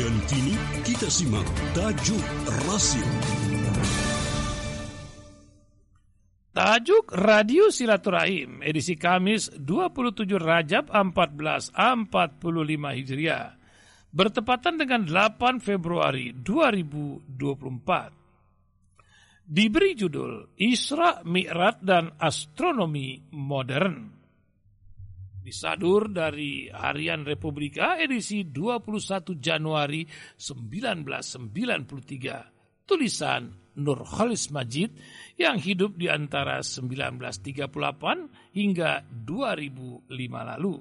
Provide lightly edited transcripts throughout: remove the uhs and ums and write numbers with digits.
Dan kini kita simak tajuk rasio. Tajuk Radio Silaturahim edisi Kamis 27 Rajab 1445 Hijriah bertepatan dengan 8 Februari 2024. Diberi judul Isra, Mi'raj dan Astronomi Modern. Disadur dari Harian Republika edisi 21 Januari 1993. Tulisan Nurholis Majid yang hidup di antara 1938 hingga 2005 lalu.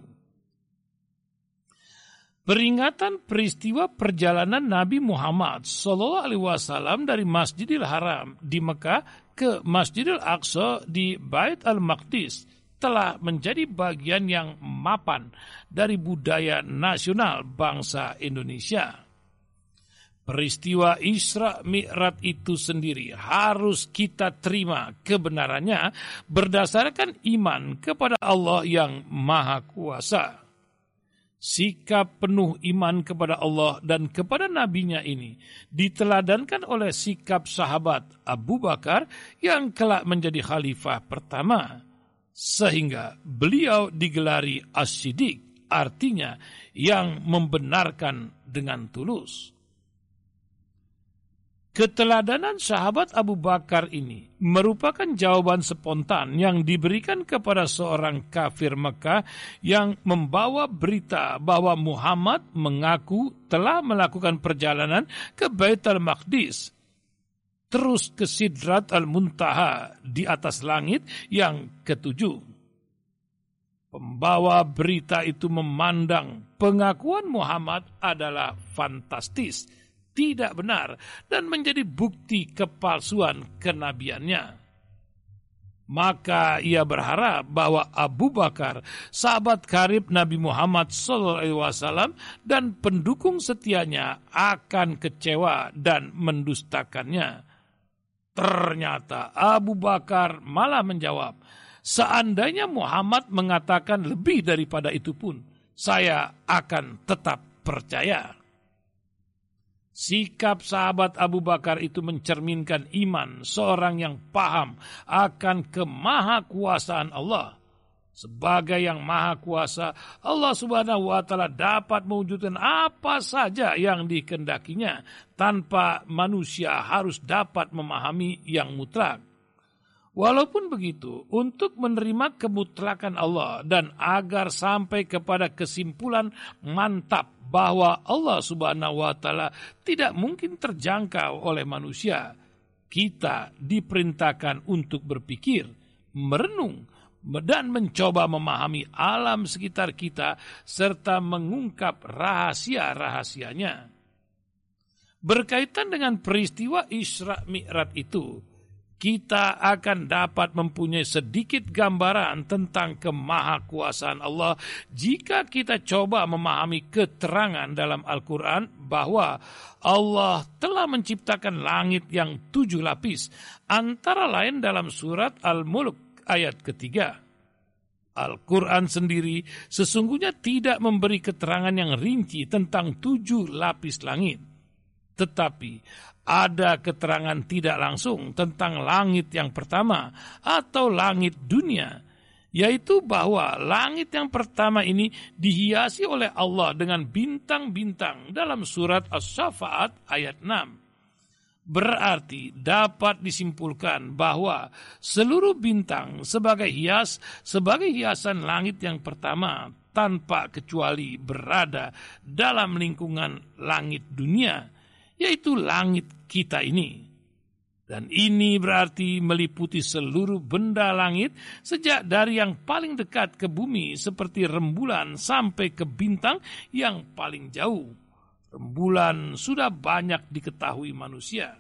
Peringatan peristiwa perjalanan Nabi Muhammad SAW dari Masjidil Haram di Mekah ke Masjidil Aqsa di Bait al-Maqdis telah menjadi bagian yang mapan dari budaya nasional bangsa Indonesia. Peristiwa Isra Mi'raj itu sendiri harus kita terima kebenarannya berdasarkan iman kepada Allah yang Maha Kuasa. Sikap penuh iman kepada Allah dan kepada nabinya ini diteladankan oleh sikap sahabat Abu Bakar yang kelak menjadi khalifah pertama, sehingga beliau digelari As-Siddiq, artinya yang membenarkan dengan tulus. Keteladanan sahabat Abu Bakar ini merupakan jawaban spontan yang diberikan kepada seorang kafir Mekah yang membawa berita bahwa Muhammad mengaku telah melakukan perjalanan ke Baitul Maqdis, terus ke Sidrat al-Muntaha di atas langit yang ketujuh. Pembawa berita itu memandang pengakuan Muhammad adalah fantastis, tidak benar, dan menjadi bukti kepalsuan kenabiannya. Maka ia berharap bahwa Abu Bakar, sahabat karib Nabi Muhammad SAW dan pendukung setianya akan kecewa dan mendustakannya. Ternyata Abu Bakar malah menjawab, seandainya Muhammad mengatakan lebih daripada itu pun, saya akan tetap percaya. Sikap sahabat Abu Bakar itu mencerminkan iman seorang yang paham akan kemahakuasaan Allah. Sebagai yang maha kuasa, Allah Subhanahu wa Ta'ala dapat mewujudkan apa saja yang dikehendakinya tanpa manusia harus dapat memahami yang mutlak. Walaupun begitu, untuk menerima kemutlakan Allah dan agar sampai kepada kesimpulan mantap bahwa Allah Subhanahu wa Ta'ala tidak mungkin terjangkau oleh manusia, kita diperintahkan untuk berpikir, merenung, dan mencoba memahami alam sekitar kita serta mengungkap rahasia-rahasianya. Berkaitan dengan peristiwa Isra Mi'raj itu, kita akan dapat mempunyai sedikit gambaran tentang kemahakuasaan Allah jika kita coba memahami keterangan dalam Al-Quran bahwa Allah telah menciptakan langit yang 7 lapis, antara lain dalam surat Al-Mulk ayat ketiga. Al-Quran sendiri sesungguhnya tidak memberi keterangan yang rinci tentang 7 lapis langit. Tetapi ada keterangan tidak langsung tentang langit yang pertama atau langit dunia, yaitu bahwa langit yang pertama ini dihiasi oleh Allah dengan bintang-bintang dalam surat As-Saffat ayat 6. Berarti dapat disimpulkan bahwa seluruh bintang sebagai hiasan langit yang pertama tanpa kecuali berada dalam lingkungan langit dunia, yaitu langit kita ini. Dan ini berarti meliputi seluruh benda langit sejak dari yang paling dekat ke bumi seperti rembulan sampai ke bintang yang paling jauh. Rembulan sudah banyak diketahui manusia.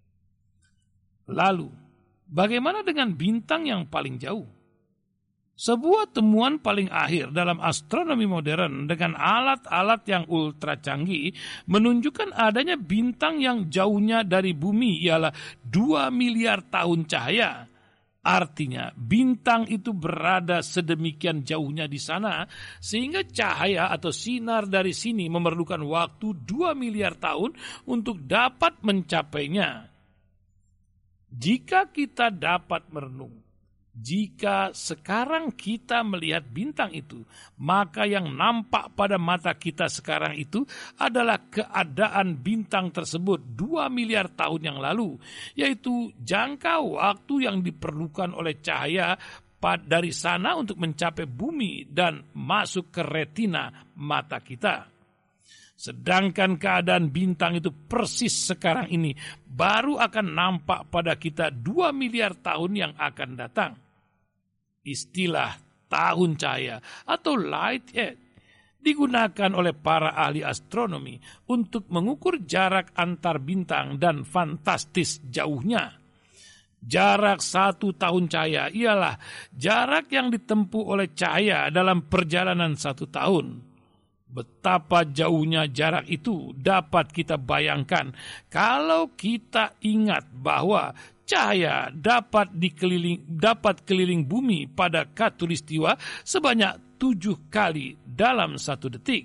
Lalu, bagaimana dengan bintang yang paling jauh? Sebuah temuan paling akhir dalam astronomi modern dengan alat-alat yang ultra canggih menunjukkan adanya bintang yang jauhnya dari bumi ialah 2 miliar tahun cahaya. Artinya bintang itu berada sedemikian jauhnya di sana sehingga cahaya atau sinar dari sini memerlukan waktu 2 miliar tahun untuk dapat mencapainya. Jika kita dapat merenung, jika sekarang kita melihat bintang itu, maka yang nampak pada mata kita sekarang itu adalah keadaan bintang tersebut 2 miliar tahun yang lalu, yaitu jangka waktu yang diperlukan oleh cahaya dari sana untuk mencapai bumi dan masuk ke retina mata kita. Sedangkan keadaan bintang itu persis sekarang ini baru akan nampak pada kita 2 miliar tahun yang akan datang. Istilah tahun cahaya atau light year digunakan oleh para ahli astronomi untuk mengukur jarak antar bintang dan fantastis jauhnya. Jarak 1 tahun cahaya ialah jarak yang ditempuh oleh cahaya dalam perjalanan 1 tahun. Betapa jauhnya jarak itu dapat kita bayangkan kalau kita ingat bahwa cahaya dapat keliling bumi pada khatulistiwa sebanyak 7 kali dalam 1 detik.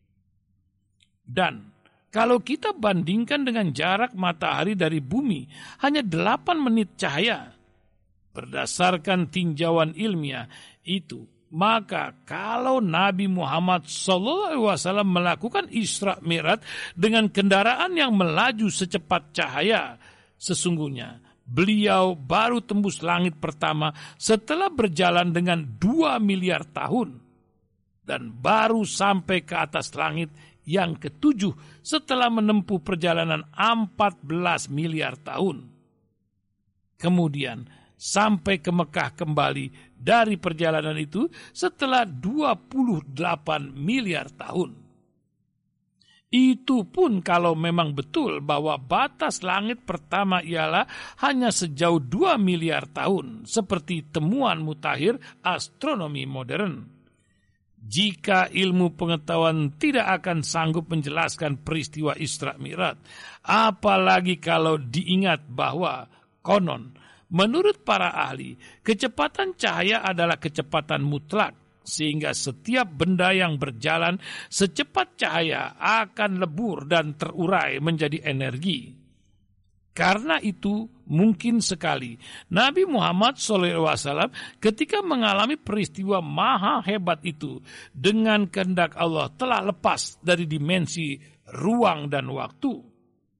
Dan kalau kita bandingkan dengan jarak matahari dari bumi hanya 8 menit cahaya, berdasarkan tinjauan ilmiah itu, maka kalau Nabi Muhammad SAW melakukan Isra Mi'raj dengan kendaraan yang melaju secepat cahaya, sesungguhnya beliau baru tembus langit pertama setelah berjalan dengan 2 miliar tahun dan baru sampai ke atas langit yang ke-7 setelah menempuh perjalanan 14 miliar tahun. Kemudian sampai ke Mekah kembali dari perjalanan itu setelah 28 miliar tahun. Itu pun kalau memang betul bahwa batas langit pertama ialah hanya sejauh 2 miliar tahun, seperti temuan mutakhir astronomi modern. Jika ilmu pengetahuan tidak akan sanggup menjelaskan peristiwa Isra Mi'raj, apalagi kalau diingat bahwa konon menurut para ahli, kecepatan cahaya adalah kecepatan mutlak, sehingga setiap benda yang berjalan secepat cahaya akan lebur dan terurai menjadi energi. Karena itu, mungkin sekali Nabi Muhammad SAW ketika mengalami peristiwa maha hebat itu, dengan kehendak Allah telah lepas dari dimensi ruang dan waktu.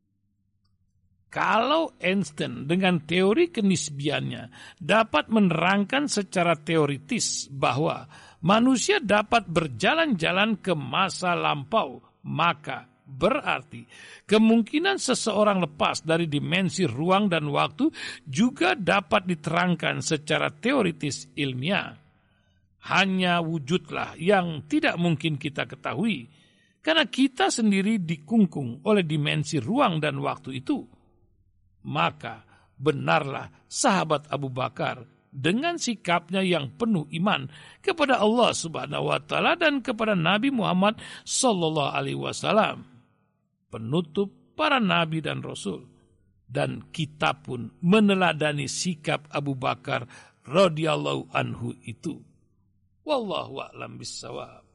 Kalau Einstein dengan teori kenisbiannya dapat menerangkan secara teoritis bahwa manusia dapat berjalan-jalan ke masa lampau, maka berarti kemungkinan seseorang lepas dari dimensi ruang dan waktu juga dapat diterangkan secara teoritis ilmiah. Hanya wujudlah yang tidak mungkin kita ketahui, karena kita sendiri dikungkung oleh dimensi ruang dan waktu itu. Maka benarlah sahabat Abu Bakar dengan sikapnya yang penuh iman kepada Allah Subhanahu wa taala dan kepada Nabi Muhammad sallallahu alaihi wasallam, penutup para nabi dan rasul. Dan kita pun meneladani sikap Abu Bakar radhiyallahu anhu itu. Wallahu a'lam bissawab.